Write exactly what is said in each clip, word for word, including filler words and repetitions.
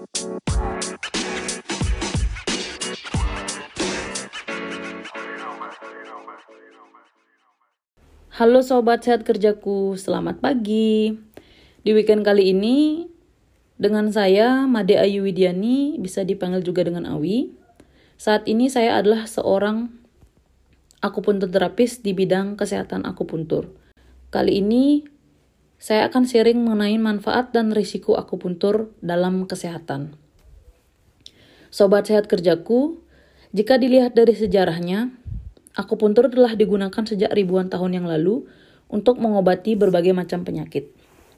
Halo Sobat Sehat Kerjaku, selamat pagi. Di weekend kali ini, dengan saya, Made Ayu Widiani, bisa dipanggil juga dengan Awi. Saat ini saya adalah seorang akupuntur terapis di bidang kesehatan akupuntur. Kali ini, saya akan sharing mengenai manfaat dan risiko akupuntur dalam kesehatan. Sobat Sehat Kerjaku, jika dilihat dari sejarahnya, akupuntur telah digunakan sejak ribuan tahun yang lalu untuk mengobati berbagai macam penyakit.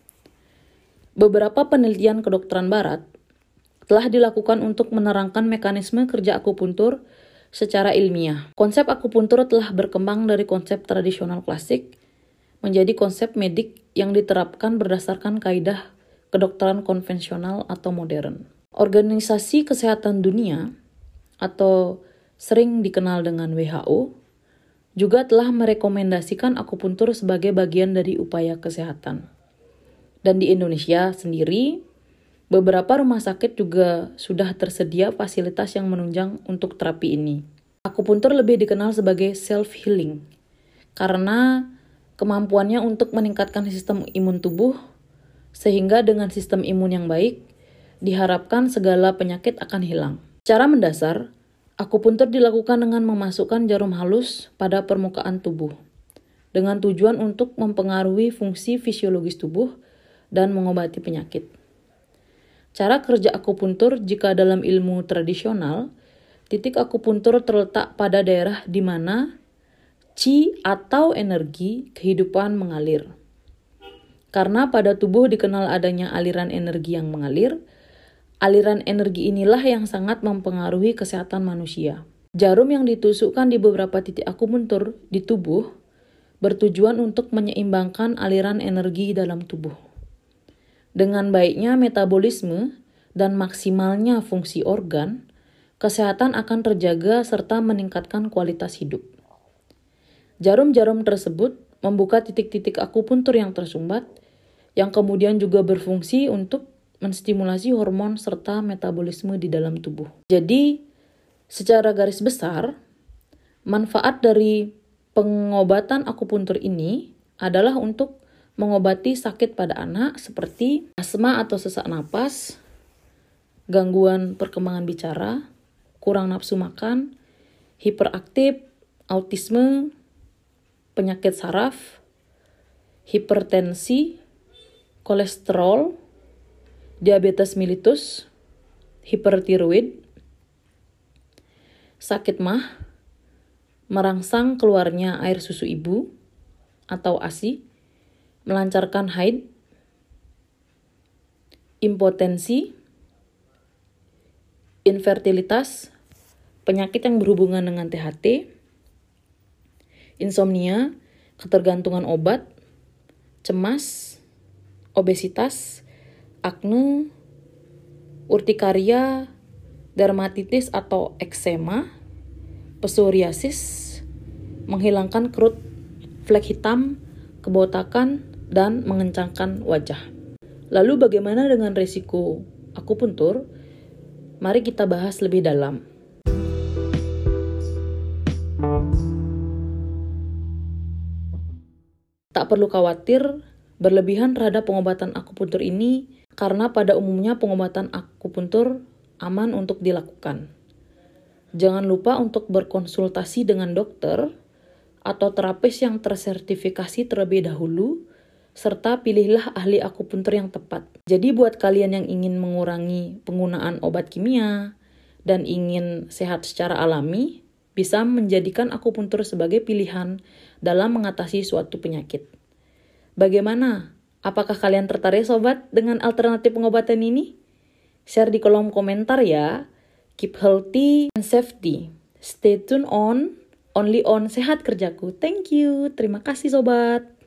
Beberapa penelitian kedokteran barat telah dilakukan untuk menerangkan mekanisme kerja akupuntur secara ilmiah. Konsep akupuntur telah berkembang dari konsep tradisional klasik menjadi konsep medik yang diterapkan berdasarkan kaidah kedokteran konvensional atau modern. Organisasi Kesehatan Dunia atau sering dikenal dengan W H O juga telah merekomendasikan akupuntur sebagai bagian dari upaya kesehatan. Dan di Indonesia sendiri, beberapa rumah sakit juga sudah tersedia fasilitas yang menunjang untuk terapi ini. Akupuntur lebih dikenal sebagai self-healing, karena kemampuannya untuk meningkatkan sistem imun tubuh, sehingga dengan sistem imun yang baik, diharapkan segala penyakit akan hilang. Secara mendasar, akupuntur dilakukan dengan memasukkan jarum halus pada permukaan tubuh, dengan tujuan untuk mempengaruhi fungsi fisiologis tubuh dan mengobati penyakit. Cara kerja akupuntur jika dalam ilmu tradisional, titik akupuntur terletak pada daerah di mana qi atau energi kehidupan mengalir. Karena pada tubuh dikenal adanya aliran energi yang mengalir, aliran energi inilah yang sangat mempengaruhi kesehatan manusia. Jarum yang ditusukkan di beberapa titik akupuntur di tubuh bertujuan untuk menyeimbangkan aliran energi dalam tubuh. Dengan baiknya metabolisme dan maksimalnya fungsi organ, kesehatan akan terjaga serta meningkatkan kualitas hidup. Jarum-jarum tersebut membuka titik-titik akupuntur yang tersumbat, yang kemudian juga berfungsi untuk menstimulasi hormon serta metabolisme di dalam tubuh. Jadi, secara garis besar, manfaat dari pengobatan akupuntur ini adalah untuk mengobati sakit pada anak seperti asma atau sesak napas, gangguan perkembangan bicara, kurang nafsu makan, hiperaktif, autisme, penyakit saraf, hipertensi, kolesterol, diabetes mellitus, hipertiroid, sakit mah, merangsang keluarnya air susu ibu atau A S I, melancarkan haid, impotensi, infertilitas, penyakit yang berhubungan dengan T H T, insomnia, ketergantungan obat, cemas, obesitas, akne, urtikaria, dermatitis atau eksema, psoriasis, menghilangkan kerut, flek hitam, kebotakan, dan mengencangkan wajah. Lalu bagaimana dengan risiko akupuntur? Mari kita bahas lebih dalam. Tak perlu khawatir berlebihan terhadap pengobatan akupuntur ini, karena pada umumnya pengobatan akupuntur aman untuk dilakukan. Jangan lupa untuk berkonsultasi dengan dokter atau terapis yang tersertifikasi terlebih dahulu, serta pilihlah ahli akupuntur yang tepat. Jadi buat kalian yang ingin mengurangi penggunaan obat kimia dan ingin sehat secara alami, bisa menjadikan akupuntur sebagai pilihan dalam mengatasi suatu penyakit. Bagaimana? Apakah kalian tertarik sobat dengan alternatif pengobatan ini? Share di kolom komentar ya. Keep healthy and safety. Stay tuned on Only on Sehat Kerjaku. Thank you. Terima kasih sobat.